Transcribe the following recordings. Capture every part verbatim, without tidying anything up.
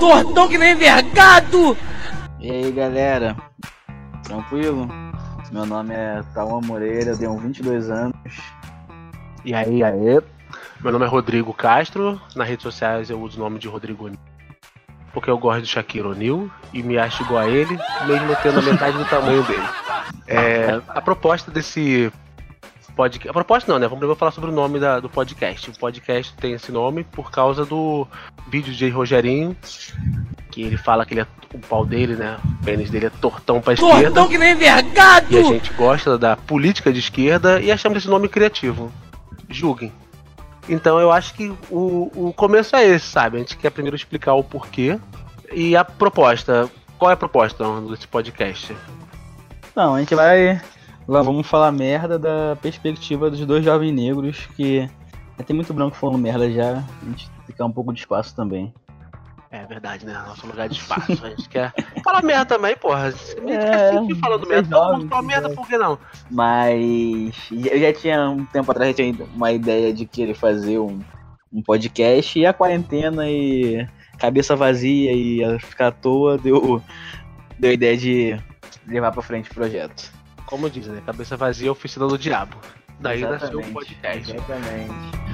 tortão que nem vergado! E aí, galera, tranquilo? Meu nome é Tauan Moreira, eu tenho vinte e dois anos. E aí, aí? Meu nome é Rodrigo Castro, nas redes sociais eu uso o nome de Rodrigo O'Neal, porque eu gosto do Shaquille O'Neal e me acho igual a ele, mesmo tendo a metade do tamanho dele. É, a proposta desse podcast... A proposta não, né? Vamos primeiro falar sobre o nome da, do podcast. O podcast tem esse nome por causa do vídeo de Rogerinho, que ele fala que ele é, o pau dele, né? O pênis dele é tortão pra Tortão esquerda. que nem vergado! E a gente gosta da política de esquerda e achamos esse nome criativo. Julguem. Então eu acho que o, o começo é esse, sabe? A gente quer primeiro explicar o porquê. E a proposta. Qual é a proposta desse podcast? Não, a gente vai... Lá vamos falar merda da perspectiva dos dois jovens negros, que já tem muito branco falando merda já, a gente fica um pouco de espaço também. É verdade, né? Nosso lugar de espaço. A gente quer falar merda também, porra. A gente É, quer sempre falando é merda. jovem, Não, falar merda é. por que não? Mas eu já tinha um tempo atrás, já tinha uma ideia de querer fazer um, um podcast, e a quarentena e cabeça vazia e ficar à toa deu, deu a ideia de levar pra frente o projeto. Como diz, né? Cabeça vazia é oficina do diabo. Daí nasceu o Exatamente, podcast. Exatamente.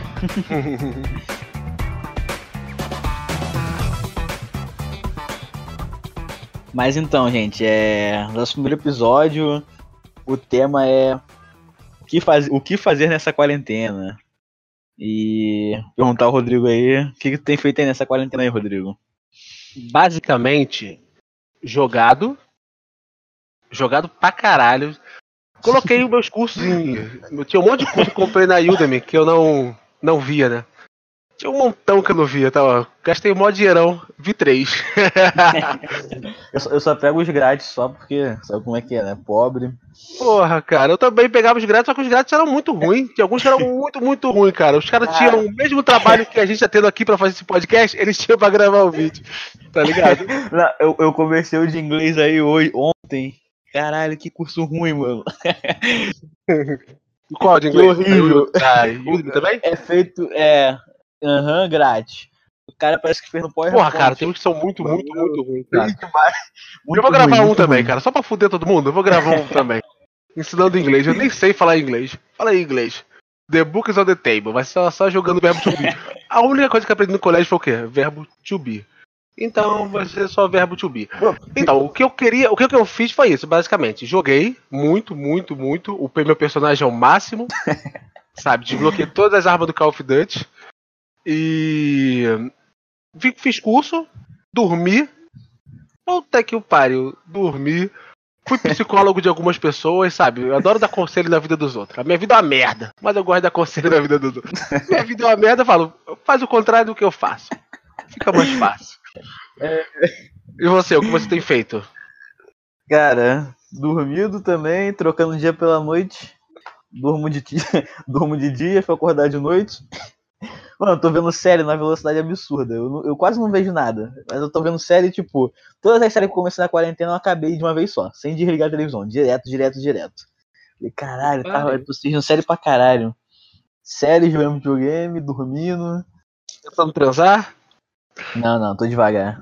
Mas então, gente, é nosso primeiro episódio. O tema é o que, faz... o que fazer nessa quarentena. E perguntar ao Rodrigo aí, o que, que tem feito aí nessa quarentena aí, Rodrigo? Basicamente, jogado. Jogado pra caralho. Coloquei os meus cursos em... Eu tinha um monte de curso que eu comprei na Udemy que eu não, não via, né? Tinha um montão que eu não via, tá? Ó. Gastei um mó dinheirão, vi três. eu, só, eu só pego os grátis só porque sabe como é que é, né? Pobre. Porra, cara, eu também pegava os grátis, só que os grátis eram muito ruins. Tinha alguns que eram muito, muito ruins, cara. Os caras tinham o mesmo trabalho que a gente tá tendo aqui pra fazer esse podcast, eles tinham pra gravar o vídeo. Tá ligado? Não, eu, eu comecei o de inglês aí hoje, ontem. Caralho, que curso ruim, mano. Qual de inglês? Que horrível. Ah, Udemy também? É feito, é... Aham, uhum, grátis. O cara parece que fez no PowerPoint. Porra, cara, tem uns que são muito, muito, muito ruins, cara. Muito eu vou gravar ruim, um também, ruim. cara, só pra fuder todo mundo, eu vou gravar um também. Ensinando inglês, eu nem sei falar inglês. Fala aí inglês. The book is on the table, vai ser só, só jogando verbo to be. A única coisa que eu aprendi no colégio foi o quê? Verbo to be. Então vai ser só verbo to be. Então, o que eu queria, o que eu fiz foi isso, basicamente. Joguei muito, muito, muito. Upei meu personagem ao máximo. Sabe, desbloqueei todas as armas do Call of Duty. E fiz curso, dormi. Puta que o pariu, dormi. Fui psicólogo de algumas pessoas, sabe? Eu adoro dar conselho na vida dos outros. A minha vida é uma merda, mas eu gosto de dar conselho na vida dos outros. Minha vida é uma merda, eu falo, faz o contrário do que eu faço. Fica mais fácil. É. E você, o que você tem feito? Cara, dormido também, trocando dia pela noite. Durmo de dia, durmo de dia, fui acordar de noite. Mano, eu tô vendo série na velocidade absurda. Eu, eu quase não vejo nada. Mas eu tô vendo série, tipo, todas as séries que eu comecei na quarentena eu acabei de uma vez só, sem desligar a televisão. Direto, direto, direto. Falei, caralho, tá, eu tô assistindo série pra caralho. Série, jogando videogame, dormindo. Tentando transar? Não, não, tô devagar.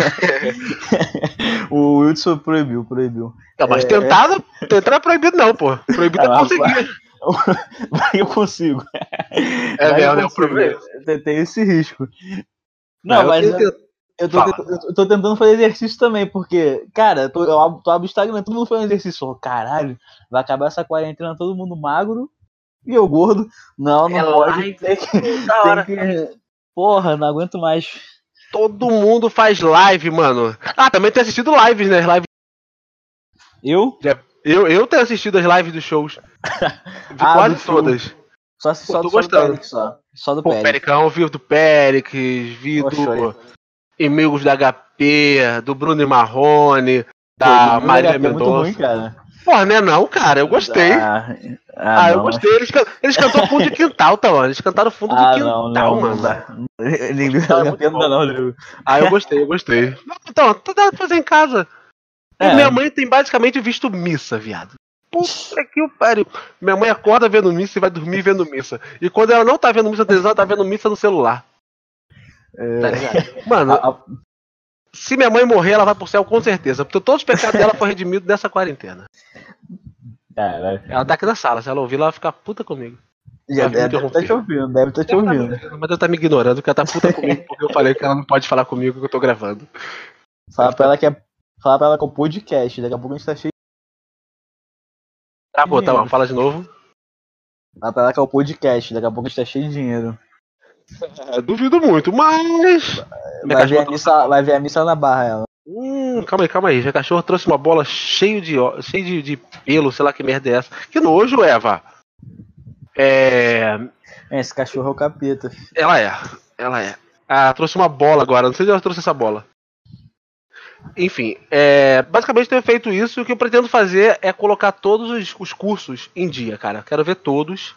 O Wilson proibiu, proibiu. Não, mas é... tentado, tentar é proibido não, pô. Proibido é conseguir. Eu consigo. É mesmo, é o problema. Tem esse risco. Não, não mas eu, eu, eu, tô tentando, eu tô tentando fazer exercício também, porque, cara, eu tô, eu abro, tô abro o Instagram, todo mundo fazendo exercício. Eu, caralho, vai acabar essa quarentena, todo mundo magro e eu gordo. Não, não é pode. Live, tem que, tem que... Porra, não aguento mais. Todo mundo faz live, mano. Ah, também tem assistido lives, né? Live... Eu? Eu, eu tenho assistido as lives dos shows. Vi ah, quase todas. Só, Pô, só, tô só gostando. do Périx, só. Só do Pô, Périx. Pericão, vi do Périx, vi Poxa, do olha. Amigos da H P, do Bruno e Marrone, da Pô, Marília é muito Mendonça. ruim, cara. Porra, né não, cara, eu gostei. Ah, ah, ah eu não, gostei. Eles, can... Eles cantaram fundo de quintal, tá, mano? Eles cantaram fundo ah, de quintal, não, não, mano. Não dá. Ninguém tá não, não, Rodrigo. Ah, eu gostei, eu gostei. Então, tá dando pra fazer em casa. É. Minha mãe tem basicamente visto missa, viado. Puta que o pariu. Minha mãe acorda vendo missa e vai dormir vendo missa. E quando ela não tá vendo missa na televisão, ela tá vendo missa no celular. É... Tá ligado? Mano, a, Se minha mãe morrer, ela vai pro céu com certeza. Porque todos os pecados dela foram redimidos nessa quarentena. Caralho. Ela tá aqui na sala. Se ela ouvir, ela vai ficar puta comigo. Já Vai deve me estar te ouvindo, deve estar te Ela tá me ouvindo. ouvindo, mas ela tá me ignorando porque ela tá puta comigo. Porque eu falei que ela não pode falar comigo que eu tô gravando. Fala pra ela que é. Fala pra ela que é o podcast, daqui a pouco a gente tá cheio. Travou, tá bom. dinheiro. Fala de novo. Fala pra ela que é o podcast, daqui a pouco a gente tá cheio de dinheiro. É, duvido muito, mas. Minha Vai ver, a cachorra missa, vai ver a missa na barra, ela. Hum, calma aí, calma aí. Já cachorro trouxe uma bola cheio de, ó- cheio de, de pelo, sei lá que merda é essa. Que nojo, Eva. É. É, esse cachorro é o capeta. Ela é, ela é. Ah, trouxe uma bola agora, não sei de onde ela trouxe essa bola. Enfim, é, basicamente tenho feito isso e o que eu pretendo fazer é colocar todos os, os cursos em dia, cara. Quero ver todos.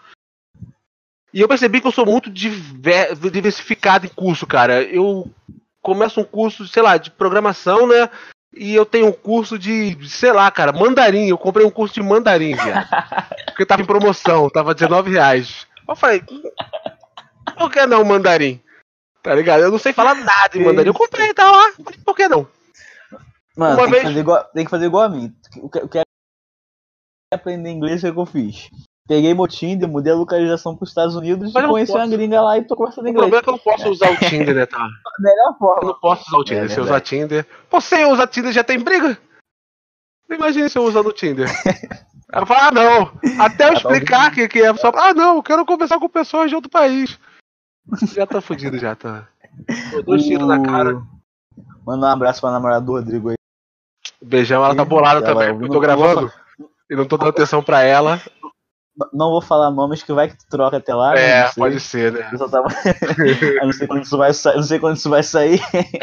E eu percebi que eu sou muito diver- diversificado em curso, cara. Eu começo um curso, sei lá, de programação, né? E eu tenho um curso de, sei lá, cara, mandarim. Eu comprei um curso de mandarim, viado. Porque tava em promoção, tava dezenove reais. Eu falei, por que não mandarim? Tá ligado? Eu não sei falar nada em mandarim. Eu comprei, tá lá. Por que não? Mano, Uma tem, vez- que fazer igual, tem que fazer igual a mim. Eu que- eu quero aprender inglês, o que eu fiz? Peguei meu Tinder, mudei a localização pros Estados Unidos Mas e eu conheci posso. uma gringa lá e tô conversando O inglês. problema é que eu não posso usar o Tinder, né, tá? Melhor Eu forma. não posso usar o Tinder. É se eu usar Tinder. Pô, se eu usar Tinder já tem briga? Imagina se eu usar no Tinder. Ela fala, ah não. Até eu explicar que, que é só. Ah não, eu quero conversar com pessoas de outro país. Já tá fudido, já tá. Tô dois tiros na cara. Manda um abraço pra namorada do Rodrigo aí. Beijão, ela tá bolada Ela também. ouvindo- Eu tô gravando e não tô dando atenção pra ela. Não vou falar nomes que vai que tu troca até lá. né? É, Não sei. pode ser, né? Eu só tava. Eu não sei quando isso vai sair. Não sei quando isso vai sair.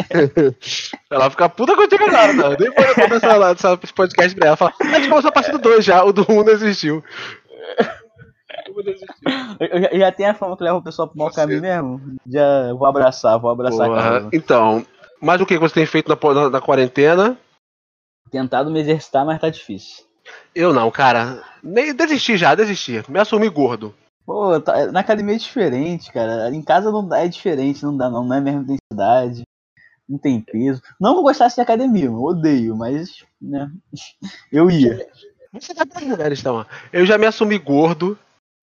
Ela fica puta contigo agora, não. Nem pode começar lá esse podcast pra ela. Fala, a gente começou a partir do dois já, o do um não existiu. O um não existiu. Eu já, eu já tenho a fama que leva o pessoal pro mau Você- caminho mesmo. Já vou abraçar, vou abraçar a Porra. causa. Então, mas o que você tem feito na, na, na quarentena? Tentado me exercitar, mas tá difícil. Eu não, cara. Nem desisti já, desisti. Me assumi gordo. Pô, tá- na academia é diferente, cara. Em casa não dá, é diferente, não dá não, não é a mesma intensidade, não tem peso. Não que eu gostasse de academia, eu odeio, mas, né, eu ia. Você tá bem, mulheres, então. Eu já me assumi gordo.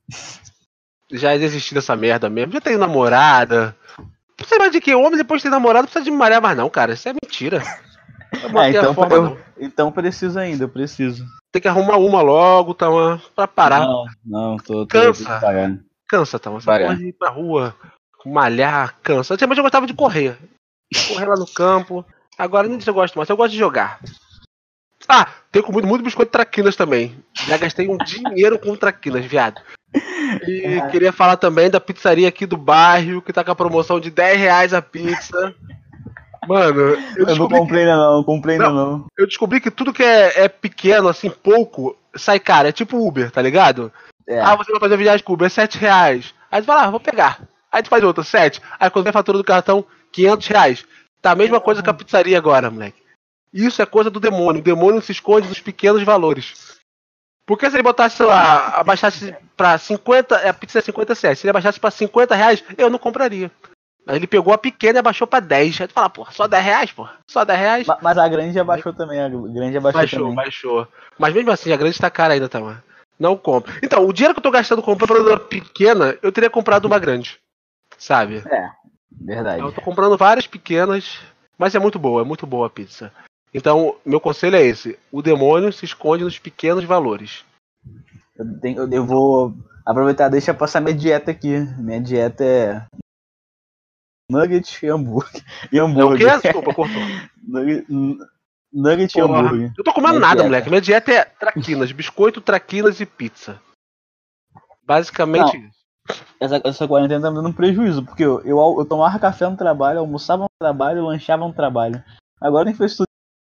Já desisti dessa merda mesmo. Já tenho namorada. Não sei mais de que homem depois de ter namorado precisa de me malhar mais não, cara. Isso é mentira. Eu Ah, botei a então, forma, eu, não. então preciso ainda, eu preciso. Tem que arrumar uma logo, tá, uma, pra parar. Não, não, tô, tô, Cansa. tô pagando. Cansa, tá, essa Parar. porra de ir pra rua, malhar, cansa. Antigamente eu gostava de correr. Correr lá no campo. Agora nem disso eu gosto mais, eu gosto de jogar. Ah, tenho comido muito biscoito traquinas também. Já gastei um dinheiro com traquinas, viado. E queria falar também da pizzaria aqui do bairro, que tá com a promoção de dez reais a pizza. Mano, eu Eu não descobri, que, comprei ainda não, comprei ainda não. eu descobri que tudo que é, é pequeno, assim, pouco, sai caro. É tipo Uber, tá ligado? É. Ah, você vai fazer a viagem com Uber, é sete reais. Aí tu fala, ah, vou pegar. Aí tu faz outra, sete. Aí quando vem a fatura do cartão, quinhentos reais. Tá a mesma coisa que a pizzaria agora, moleque. Isso é coisa do demônio. O demônio se esconde nos pequenos valores. Porque se ele botasse, sei lá, abaixasse pra cinquenta, a pizza é cinquenta e sete. Se ele abaixasse pra cinquenta reais, eu não compraria. Aí ele pegou a pequena e abaixou pra dez. Aí tu fala, pô, só dez reais, pô? Só dez reais? Ma- Mas a grande já baixou também, a grande já baixou, Baixou, também. baixou. Mas mesmo assim, a grande tá cara ainda, tá, mano? Não compro. Então, o dinheiro que eu tô gastando comprando uma pequena, eu teria comprado uma grande. Sabe? Verdade. Eu tô comprando várias pequenas, mas é muito boa, é muito boa a pizza. Então, meu conselho é esse: o demônio se esconde nos pequenos valores. Eu, tenho- eu- eu vou aproveitar, deixa eu passar minha dieta aqui. Minha dieta é nugget e hambúrguer. E É o hambúrguer. quê? Desculpa, cortou. Nugget, n- nugget e Porra, hambúrguer. eu tô comendo Minha nada, dieta. moleque. Minha dieta é traquinas, biscoito, traquinas e pizza. Basicamente isso. Essa, essa quarentena tá me dando um prejuízo, porque eu, eu, eu tomava café no trabalho, almoçava no trabalho, lanchava no trabalho. Agora nem fez tudo.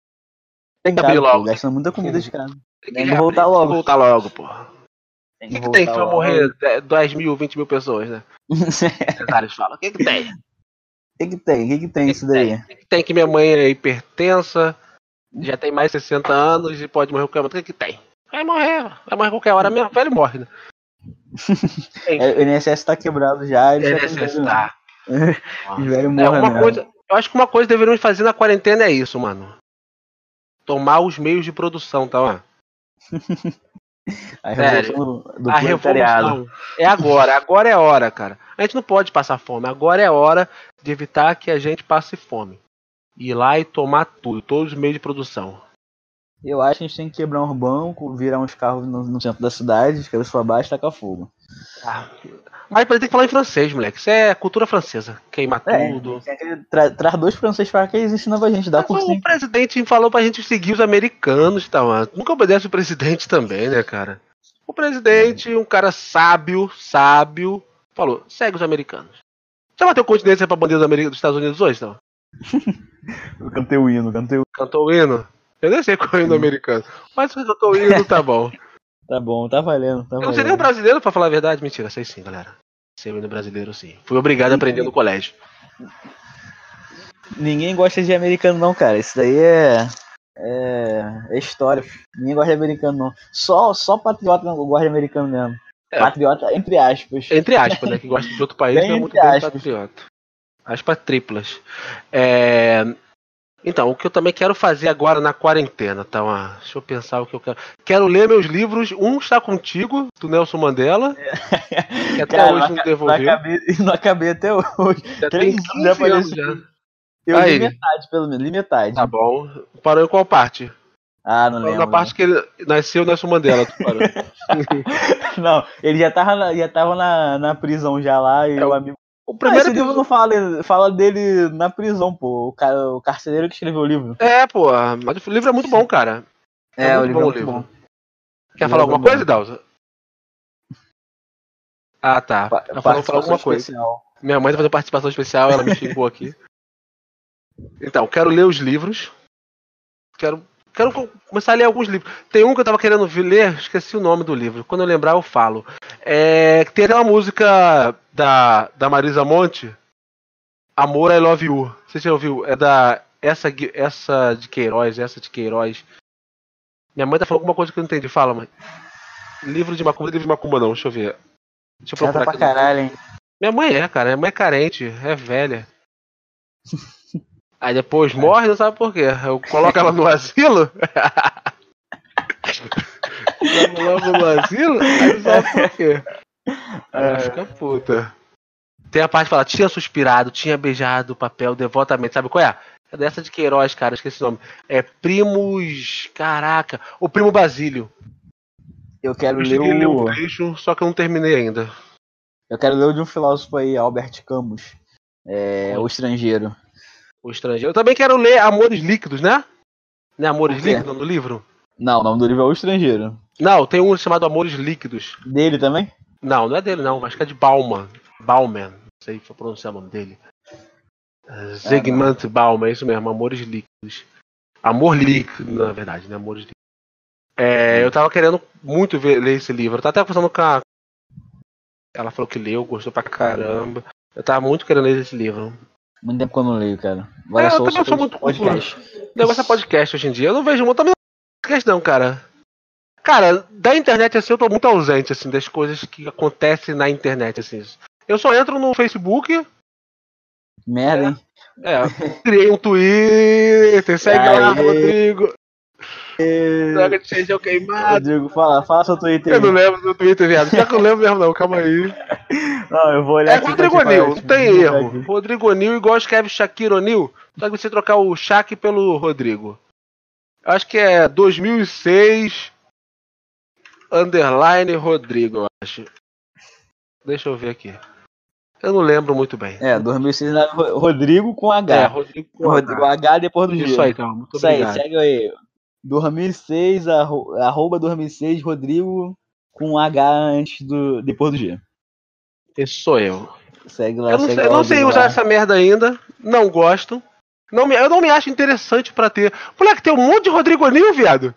Tem que em casa, abrir pô, logo. gastando muita comida de casa. Tem Tem que voltar abrir, logo. voltar logo, porra. Tem O que, que tem que vai voltar morrer dez mil, vinte mil pessoas, né? logo. Os empresários falam. O que, que tem? O que que tem? O que que tem O que isso que daí? tem? O que que tem que minha mãe é hipertensa, já tem mais de sessenta anos e pode morrer qualquer hora. O que, que tem? Vai morrer, vai morrer qualquer hora mesmo. Velho morre, né? É, o I N S S tá quebrado já, ele É já tá necessário. Os velhos É morrem uma mesmo. coisa, Eu acho que uma coisa que deveríamos fazer na quarentena é isso, mano. Tomar os meios de produção, tá, mano? A Sério, revolução do, do a proletariado. revolução é agora, agora é a hora, cara. A gente não pode passar fome, agora é a hora de evitar que a gente passe fome. Ir lá e tomar tudo, todos os meios de produção. Eu acho que a gente tem que quebrar um banco, virar uns carros no, no centro da cidade, de cabeça pra baixo e tacar fogo. Ah, mas tem que falar em francês, moleque. Isso é cultura francesa. Queimar É, tudo. tem que tra- traz dois franceses pra cá e eles ensinam pra gente, dá Mas cursinho. o presidente falou pra gente seguir os americanos, tá, mano? Nunca obedece o presidente também, né, cara? O presidente, um cara sábio, sábio, falou, segue os americanos. Já bateu continência pra bandeira do Ameri- dos Estados Unidos hoje, não? Eu cantei o hino, cantei o... Cantou o hino? Eu nem sei qual é o hino americano. Mas se cantou o hino, tá bom. Tá bom, tá valendo, tá Eu não valendo. sei nem o brasileiro, pra falar a verdade. Mentira, sei sim, galera. Sei o hino brasileiro, sim. Fui obrigado a aprender no colégio. Ninguém gosta de americano não, cara. Isso daí é... É, é história. Ninguém gosta de americano não. Só, só patriota não gosta de americano mesmo. É. Patriota entre aspas. Entre aspas, né? Que gosta de outro país, Bem não é muito entre bem aspas. patriota. Aspas triplas. É... Então, o que eu também quero fazer agora na quarentena, tá? Ó, deixa eu pensar o que eu quero. Quero ler meus livros. Um está contigo, do Nelson Mandela. Que até Cara, hoje não, não aca- devolveu. não acabei, não acabei até hoje. Já Três tem anos quinze já anos apareceu. já. Eu Aí. li metade, pelo menos. Li metade. Tá bom. Parou em qual parte? Ah, não Parou lembro. na parte que ele nasceu o Nelson Mandela. Tu parou. Não, ele já tava, na, já tava na, na prisão já lá e É, o o- amigo... O Ah, primeiro esse livro não fala, fala dele na prisão, pô. O, cara, o carcereiro que escreveu o livro. É, pô, mas o livro é muito bom, cara. É, É, o muito livro bom é o muito livro. bom. Quer O falar livro é alguma bom. coisa, Dalza? Ah, tá. Pa- Ela falou falar participação alguma coisa. especial. Minha mãe tá fazendo participação especial, ela me xingou aqui. Então, quero ler os livros. Quero, quero co- começar a ler alguns livros. Tem um que eu tava querendo vi- ler, esqueci o nome do livro. Quando eu lembrar, eu falo. É, tem aquela música da, da Marisa Monte, Amor, I Love You. Você já ouviu? É da essa, Gui- essa de Queiroz, essa de Queiroz. Minha mãe tá falando alguma coisa que eu não entendi. Fala, mãe. Livro de macumba, livro de macumba não, deixa eu ver. Deixa eu Chata procurar pra aqui. caralho, hein? Minha mãe é, cara. Minha mãe é carente, é velha. Aí depois morre, não sabe por quê. Eu coloco ela no asilo. Jogo logo no asilo, aí não sabe por quê. Aí ela fica puta. Tem a parte que fala, tinha suspirado, tinha beijado o papel devotamente. Sabe qual é? É dessa de Queiroz, cara, esqueci o nome. É Primos. Caraca, o Primo Basílio. Eu quero Eu ler cheguei a ler um o. trecho, só que eu não terminei ainda. Eu quero ler o de um filósofo aí, Albert Camus. É, o Estrangeiro. O estrangeiro. Eu também quero ler Amores Líquidos, né? Não é Amores O quê? Líquidos no livro? Não, o nome do livro é O Estrangeiro. Não, tem um chamado Amores Líquidos. Dele também? Não, não é dele não, acho que é de Bauman. Bauman, não sei se eu pronunciar o nome dele. Uh, Zygmunt Bauman, é isso mesmo, Amores Líquidos. Amor Líquido, na verdade, né? Amores Líquidos. É, eu tava querendo muito ver, ler esse livro. Eu tava até conversando com a... Ela falou que leu, gostou pra caramba. Eu tava muito querendo ler esse livro. Muito tempo que eu não leio, cara. Agora É, eu só também ouço sou muito podcast. O negócio é podcast hoje em dia. Eu não vejo muito também podcast não, cara. Cara, da internet assim eu tô muito ausente assim das coisas que acontecem na internet assim. Eu só entro no Facebook, Merda, hein? é, criei um Twitter, segue lá, Aê. Rodrigo. Droga de feijão queimado. Rodrigo, fala, fala seu Twitter Eu não aí. lembro do Twitter, viado. Pior que eu lembro mesmo não, calma aí. Não, eu vou olhar É aqui Rodrigo pra te O'Neill, falar, não tem deixa eu erro. botar aqui. Rodrigo O'Neill igual escreve Shaquille O'Neal, só que você trocar o Shaq pelo Rodrigo. Eu acho que é dois mil e seis underline Rodrigo, eu acho. Deixa eu ver aqui. Eu não lembro muito bem. É, dois mil e seis, né? Ro- Rodrigo com H. É, Rodrigo com Rodrigo H. H depois do G. Isso aí, calma. Muito Isso aí, obrigado. segue aí. dois mil e seis, arro- arroba dois mil e seis, Rodrigo com H antes do. Depois do G. Esse sou eu. Segue lá, Eu não segue sei, lá eu não o sei Rodrigo usar lá. essa merda ainda. Não gosto. Não me, eu não me acho interessante pra ter. Moleque, tem um monte de Rodrigo O'Neill, viado.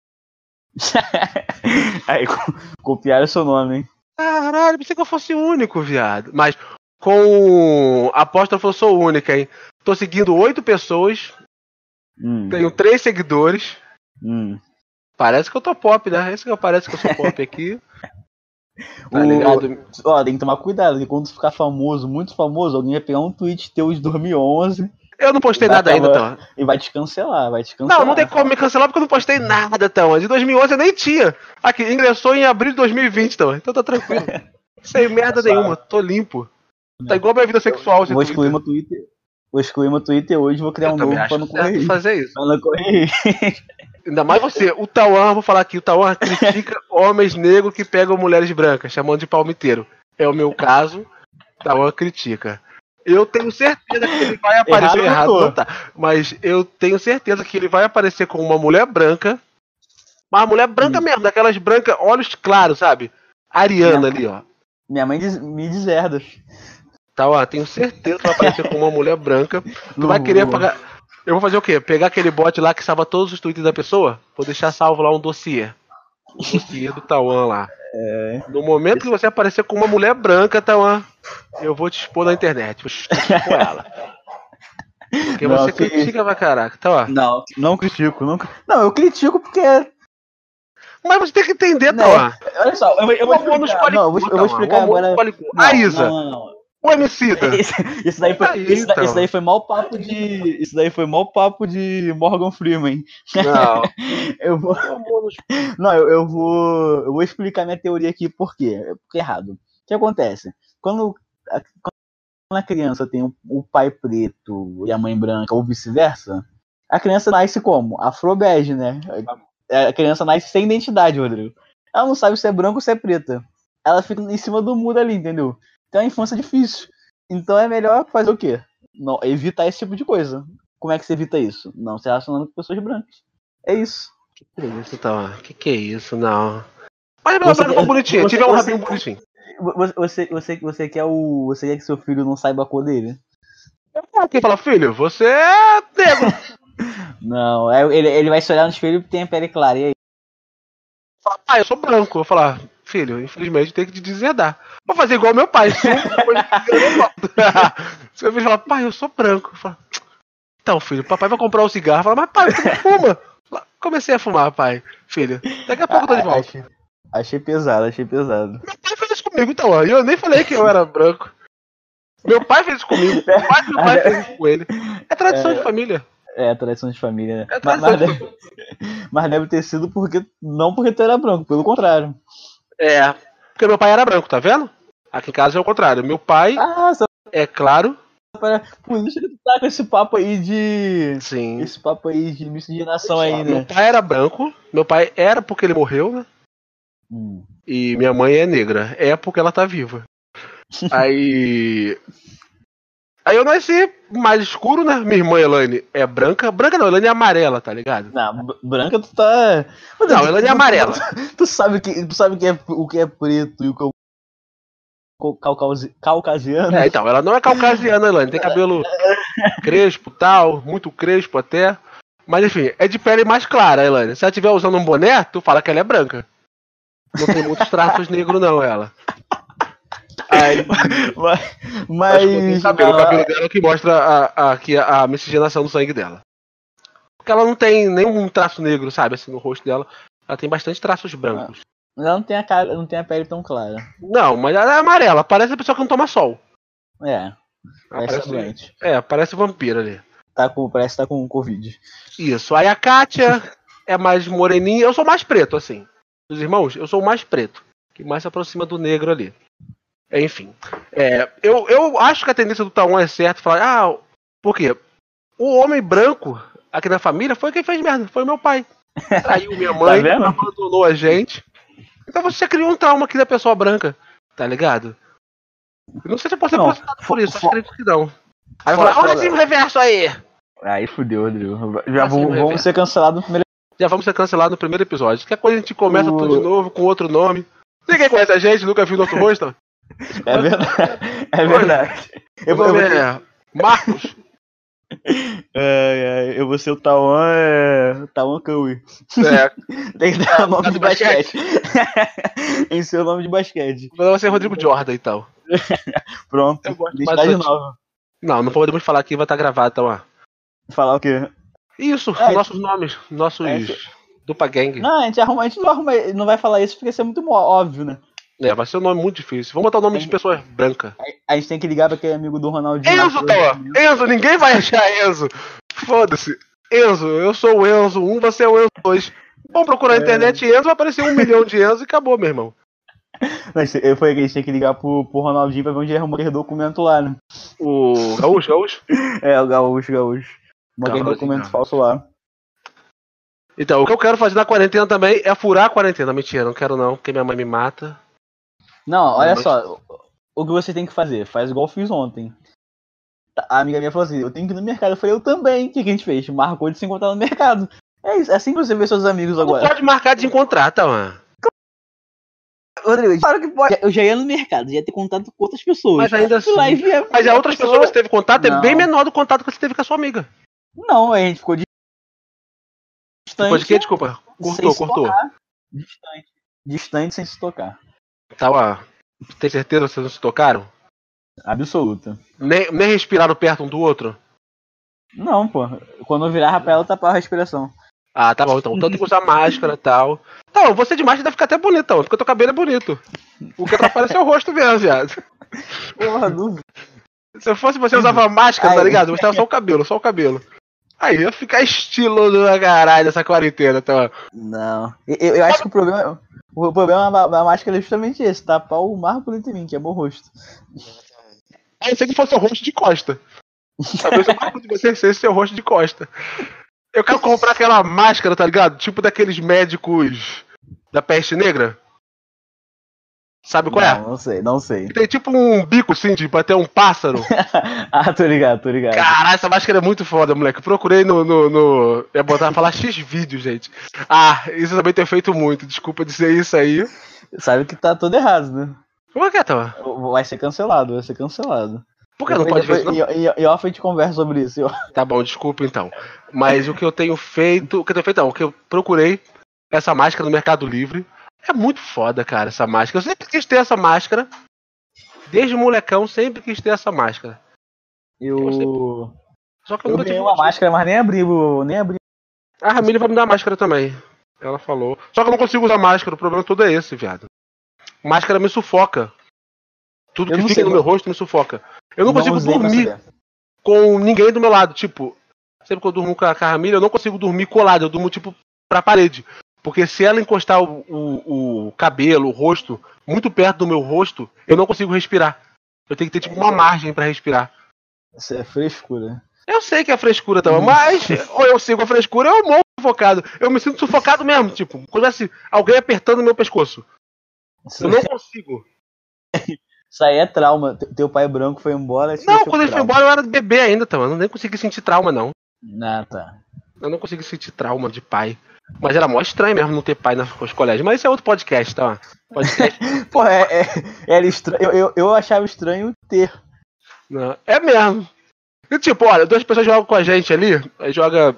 Aí, co- copiaram o seu nome, hein? Caralho, pensei que eu fosse o único, viado. Mas com apóstrofo eu sou única, hein? Tô seguindo oito pessoas, Hum, tenho três seguidores. hum. Parece que eu tô pop, né? Esse que eu parece que eu sou pop aqui. Tá O- ligado? Ó, tem que tomar cuidado, porque quando ficar famoso, muito famoso, alguém vai pegar um tweet teu de dois mil e onze Eu não postei Vai nada ainda, acabar- então. E vai te cancelar, vai te cancelar. Não, não tem como me cancelar porque eu não postei nada, então. De dois mil e onze eu nem tinha. Aqui, ingressou em abril de dois mil e vinte, então. Então tá tranquilo. Sem merda nenhuma, tô limpo. Tá igual minha vida sexual, esse Vou excluir Twitter. meu Twitter. Vou excluir meu Twitter hoje, vou criar Eu um também novo pra acho não certo correr. fazer isso. Pra não correr. Ainda mais você. O Tauan, vou falar aqui, o Tauan critica homens negros que pegam mulheres brancas, chamando de palmiteiro. É o meu caso, Tauan critica. Eu tenho certeza que ele vai aparecer Errado eu errado, tô. não tá. Mas eu tenho certeza que ele vai aparecer com uma mulher branca. Uma mulher branca Hum. mesmo, daquelas brancas, olhos claros, sabe? Ariana ali, ó. Minha mãe diz- me deserda. Tá, ó, tenho certeza que vai aparecer com uma mulher branca. Tu Não vai querer vou. pagar. Eu vou fazer o quê? Pegar aquele bot lá que salva todos os tweets da pessoa? Vou deixar salvo lá um dossiê. O dossiê do Tauan lá. É. No momento que você aparecer com uma mulher branca, Tauan, eu vou te expor na internet. Vou te expor ela. Porque Não, você que- critica pra caraca, tá, ó. Não, não critico. Não, não, eu critico porque. Mas você tem que entender, Né? Tauan. Olha só, eu, vou- eu vou O amor nos explicar. Não, eu vou, eu vou Tauan. explicar O amor agora. nos qualifica. Não, A Isa, Não, não, não. o Emicida. Isso, isso daí foi, Aí, isso, da- então. isso daí foi mal papo de. Isso daí foi mal papo de Morgan Freeman. Não. Eu vou. O amor nos Não, eu, eu vou. Eu vou explicar minha teoria aqui por quê. Porque é errado. O que acontece? Quando a, quando a criança tem o, o pai preto e a mãe branca, ou vice-versa, a criança nasce como? Afrobege, né? A, a criança nasce sem identidade, Rodrigo. Ela não sabe se é branco ou se é preta. Ela fica em cima do muro ali, entendeu? Então é uma infância difícil. Então é melhor fazer o quê? Não, evitar esse tipo de coisa. Como é que você evita isso? Não se relacionando com pessoas brancas. É isso. Que isso, Tauan? Que que é isso, não. Olha pra Você- branca for bonitinha, você- tiver um você- rabinho bonitinho. Você, você, você, você quer o. Você quer que seu filho não saiba a cor dele? Quem fala, filho, você é negro. Não, é- ele, ele vai se olhar no espelho e tem a pele clara. E aí? Fala, pai, eu sou branco. Eu falar, filho, infelizmente tem que te deserdar. Vou fazer igual meu pai. Se seu filho falar, pai, eu sou branco. Eu falo, então, filho, papai vai comprar um cigarro. Fala, mas pai, você não fuma. Fala, comecei a fumar, pai. Filho, daqui a pouco eu tô de Ah, volta. achei, achei pesado, achei pesado. Meu pai fez isso comigo, então, ó. E eu nem falei que eu era branco. Meu pai fez isso comigo. O pai do meu pai fez isso com ele. É tradição É. de família. É, tradição de família, né? É Mas, tradição mas de deve, mas deve ter sido porque. Não porque tu era branco, pelo contrário. É. Porque meu pai era branco, tá vendo? Aqui em casa é o contrário. Meu pai, Ah, só é claro. para. Por isso que tu tá com esse papo aí de. Sim. Esse papo aí de miscigenação aí, Meu né? pai era branco. Meu pai era porque ele morreu, né? Hum. E minha mãe é negra. É porque ela tá viva. Aí. Aí eu nasci mais escuro, né? Minha irmã Elaine é branca. Branca não, Elaine é amarela, tá ligado? Não, b- branca tu tá. Não, Elaine é amarela. Tu sabe que, tu sabe que é, o que é preto e o que é o caucasi- caucasiano? É, então, ela não é caucasiana, Elaine. Tem cabelo crespo, tal, muito crespo até. Mas enfim, é de pele mais clara, Elaine. Se ela estiver usando um boné, tu fala que ela é branca. Não tem muitos traços negros, não, ela. Aí, Mas. mas tem mas cabelo, o não, cabelo dela que mostra a, a, que a, a miscigenação do sangue dela. Porque ela não tem nenhum traço negro, sabe, assim, no rosto dela. Ela tem bastante traços brancos. ela não tem a cara, não tem a pele tão clara. Não, mas ela é amarela. Parece a pessoa que não toma sol. É. Ela Parece parece, doente. é, parece vampiro ali. Tá com, parece que tá com Covid. Isso. Aí a Kátia é mais moreninha. Eu sou mais preto, assim. Os irmãos, eu sou o mais preto. Que mais se aproxima do negro ali. Enfim. É, eu, eu acho que a tendência do Tauan é certa. Falar, ah, por quê? O homem branco aqui da família foi quem fez merda. Foi meu pai. Traiu minha mãe, Tá vendo? abandonou a gente. Então você criou um trauma aqui da pessoa branca. Tá ligado? Eu não sei se eu posso ser Não, processado por isso. fo- Acho que acredito que não. Aí eu fo- falo, olha fo- esse reverso aí. Aí fudeu, Rodrigo. Já Assim, vou, vai vamos ver. ser cancelados no primeiro. Já vamos ser cancelados no primeiro episódio. Qualquer coisa a gente começa O- tudo de novo com outro nome. Ninguém conhece a gente, nunca viu nosso rosto. É verdade. É verdade. Eu, O vou- eu, nome vou- é Marcos. é, é, eu vou ser o Tauan. É, Tauan Cauê. É, Tem que dar o nome Tá de de basquete. basquete. Em seu nome de basquete. meu nome vai ser Rodrigo Jordan e tal. Pronto. Eu gosto Identidade mais do- nova. Não, não podemos falar aqui, vai estar gravado, então, ó. Falar o quê? Isso, É, nossos nomes, nossos é, Dupa Gang. Não, a gente arruma, a gente não arruma, não vai falar isso porque isso é muito mó- óbvio, né? É, vai ser um nome muito difícil. Vamos botar o nome de pessoas brancas. A gente tem que ligar pra aquele amigo do Ronaldinho. Enzo, tá, ó. Enzo, ninguém vai achar Enzo. Foda-se. Enzo, eu sou o Enzo um, você é o Enzo dois. Vamos procurar na internet Enzo, vai aparecer um milhão de Enzo e acabou, meu irmão. Eu falei que a gente tem que ligar pro, pro Ronaldinho pra ver onde arrumou aquele documento lá, né? O Gaúcho, Gaúcho? É, o Gaúcho, Gaúcho. Aquele documento falso lá. Então, o que eu quero fazer na quarentena também é furar a quarentena. Mentira, não quero não, porque minha mãe me mata. Não, olha Mas... só. O que você tem que fazer? Faz igual eu fiz ontem. A amiga minha falou assim, eu tenho que ir no mercado. Eu falei, eu também. O que, que a gente fez? Marcou de se encontrar no mercado. É isso, é assim que você vê seus amigos agora. Não pode marcar de encontrar, tá, mano? Rodrigo, claro que pode. Eu já ia no mercado, já ia ter contato com outras pessoas. Mas ainda assim. Lá e via Mas a outras pessoa... pessoas que você teve contato não. é bem menor do contato que você teve com a sua amiga. Não, a gente ficou distante. Ficou de quê? Desculpa. Cortou, cortou. Distante. Distante sem se tocar. Tá, ó. Tem certeza que vocês não se tocaram? Absoluta. Nem, nem respiraram perto um do outro? Não, pô. Quando eu virava pra ela, eu tapava a respiração. Ah, tá bom, então. Então tem que usar máscara e tal. Não, você de máscara deve ficar até bonitão, porque o teu cabelo é bonito. O que atrapalha é seu rosto mesmo, viado. Porra, dúvida. Se eu fosse você usava máscara, tá ligado? Eu mostrava só o cabelo, só o cabelo. Aí ia ficar estiloso pra caralho essa quarentena, tá? Não. Eu, eu acho que o problema, o problema da máscara é justamente esse, tapar o mais bonito em mim, que é meu rosto. A não ser que fosse o rosto de costa. Talvez o mais bonito de você seja seu rosto de costa. Eu quero comprar aquela máscara, tá ligado? Tipo daqueles médicos da peste negra. Sabe qual não, é? Não sei, não sei. Tem tipo um bico assim, de bater um pássaro. Ah, tô ligado, tô ligado. Caralho, essa máscara é muito foda, moleque. Eu procurei no. no, no... Eu ia botar falar X vídeo, gente. Ah, isso eu também tenho feito muito. Desculpa dizer isso aí. Sabe que tá todo errado, né? Como é que é, tá? Vai ser cancelado, vai ser cancelado. Por que não pode ver isso, não? E, e, e off a gente conversa sobre isso. Eu... Tá bom, desculpa então. Mas o que eu tenho feito. O que eu tenho feito não, o que eu procurei essa máscara no Mercado Livre. É muito foda, cara, essa máscara. Eu sempre quis ter essa máscara. Desde molecão, sempre quis ter essa máscara. Eu. Só que eu, eu nunca ganhei tive uma máscara, mas nem abri, nem abri. A Ramília vai me dar máscara também. Ela falou. Só que eu não consigo usar máscara, o problema todo é esse, viado. Máscara me sufoca. Tudo Eu que não fica sei, no não. meu rosto me sufoca. Eu não, Não consigo usei pra dormir saber. com ninguém do meu lado. Tipo, sempre que eu durmo com a Ramília, eu não consigo dormir colado. Eu durmo, tipo, pra parede. Porque se ela encostar o, o, o cabelo, o rosto, muito perto do meu rosto, eu não consigo respirar. Eu tenho que ter, tipo, uma margem pra respirar. Isso é frescura. Eu sei que é frescura também, mas ou eu sigo a frescura ou eu morro sufocado. Eu me sinto sufocado mesmo, tipo, quando assim, alguém apertando o meu pescoço. Isso, Eu não consigo. isso aí é trauma. Te- Teu pai branco foi embora. te Não, deixou quando ele foi trauma. embora eu era bebê ainda, tá, mano. Eu nem consegui sentir trauma, não. Ah, tá. Eu não consegui sentir trauma de pai. Mas era mó estranho mesmo não ter pai nas- nos colégios. Mas isso é outro podcast, tá? Podcast. Pô, é, é, era estranho. Eu, eu, eu achava estranho ter. Não, é mesmo. E tipo, olha, duas pessoas jogam com a gente ali, aí joga.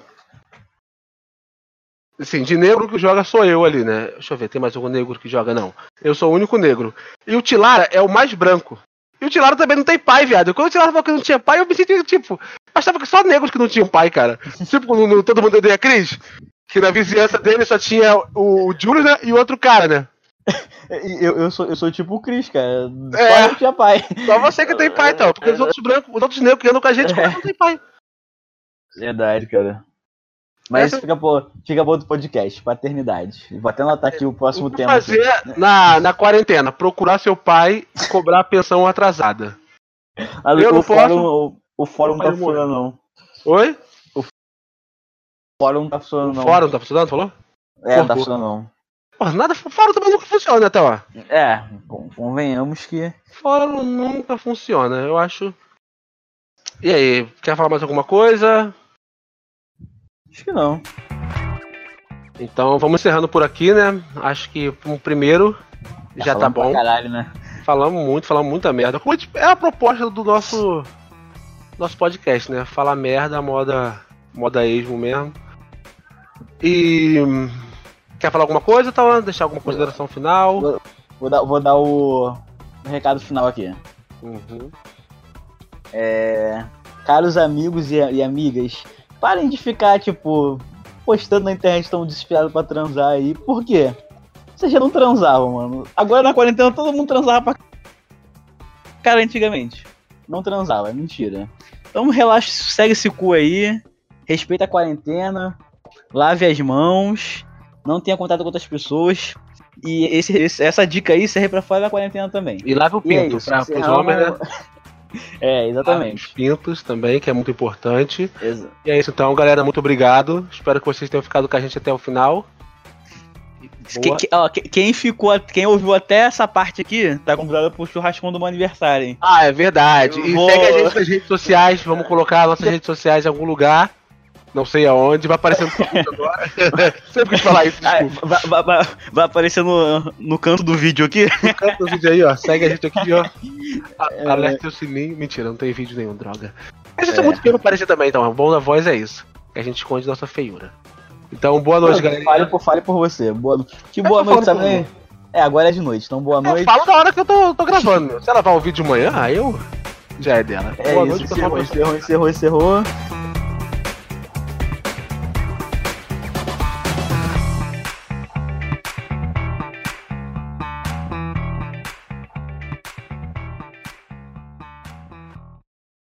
Assim, de negro que joga sou eu ali, né? Deixa eu ver, tem mais algum negro que joga? Não. Eu sou o único negro. E o Tilara é o mais branco. E o Tilara também não tem pai, viado. Quando o Tilara falou que não tinha pai, eu me senti, tipo, achava que só negros que não tinham pai, cara. Tipo, no, no Todo Mundo Odeia a Cris, que na vizinhança dele só tinha o, o Júlio, né? E o outro cara, né? Eu, eu, sou, eu sou tipo o Chris, cara. Só É. eu tinha pai. Só você que tem pai, então. Porque os outros brancos, os outros negros que andam com a gente, É. não tem pai. Verdade, cara. Mas Essa- isso fica por, fica por outro podcast, paternidade. Vou até anotar aqui o próximo O que tema. aqui. fazer na, na quarentena? Procurar seu pai e cobrar a pensão atrasada. Ah, eu o, não fórum, posso- o, o fórum não tá Pode morrer. funcionando, não. Oi? O fórum não tá O funcionando, não. fórum tá funcionando, falou? É, não tá Cortou. funcionando, não. Porra, nada, fórum também nunca funciona, até ó. É, con- convenhamos que. Fórum nunca funciona, eu acho. E aí, quer falar mais alguma coisa? Acho que não. Então vamos encerrando por aqui, né? Acho que o primeiro já tá falamos pra bom. Caralho, né? Falamos muito, falamos muita merda. Como é a proposta do nosso nosso podcast, né? Falar merda, moda, moda esmo mesmo. E quer falar alguma coisa, tá? Deixar alguma consideração final? Vou dar, vou dar o, o recado final aqui. Uhum. É, caros amigos e, e amigas, parem de ficar, tipo, postando na internet tão desesperado pra transar aí. Por quê? Vocês já não transavam, mano. Agora na quarentena todo mundo transava pra cara antigamente. Não transava, é mentira. Então relaxa, segue esse cu aí. Respeita a quarentena. Lave as mãos. Não tenha contato com outras pessoas. E esse, esse, essa dica aí serve pra fora da quarentena também. E lave o E é pinto isso, pra, você pros ama- homens, né? É, Lave exatamente. os pintos também, que é muito importante. Exa- E é isso então, galera. Muito obrigado. Espero que vocês tenham ficado com a gente até o final. Que- Boa. que- ó, que- quem ficou, quem ouviu até essa parte aqui, tá convidado pro churrascão do meu aniversário, hein? Ah, é verdade. E Vou- segue a gente nas redes sociais. Vamos colocar nossas redes sociais em algum lugar. Não sei aonde. Vai aparecer no vídeo agora. Sempre quis falar isso, Ah, desculpa. vai, vai- vai- vai aparecer no, no canto do vídeo aqui. Canta o vídeo aí, ó. Segue a gente aqui, ó. A- Alerta o sininho. Mentira, não tem vídeo nenhum, droga. Mas isso é, É. muito feio pra aparecer também, então. O bom da voz é isso. Que a gente esconde nossa feiura. Então, boa noite, galera. Fale por, fale por você. Boa, que Eu boa tô noite falando também. É, agora é de noite, então boa Eu noite. falo na hora que eu tô, tô gravando. Se ela vai ouvir de manhã, aí eu. Já é dela. É boa isso, noite, pessoal. encerrou, encerrou, encerrou, encerrou.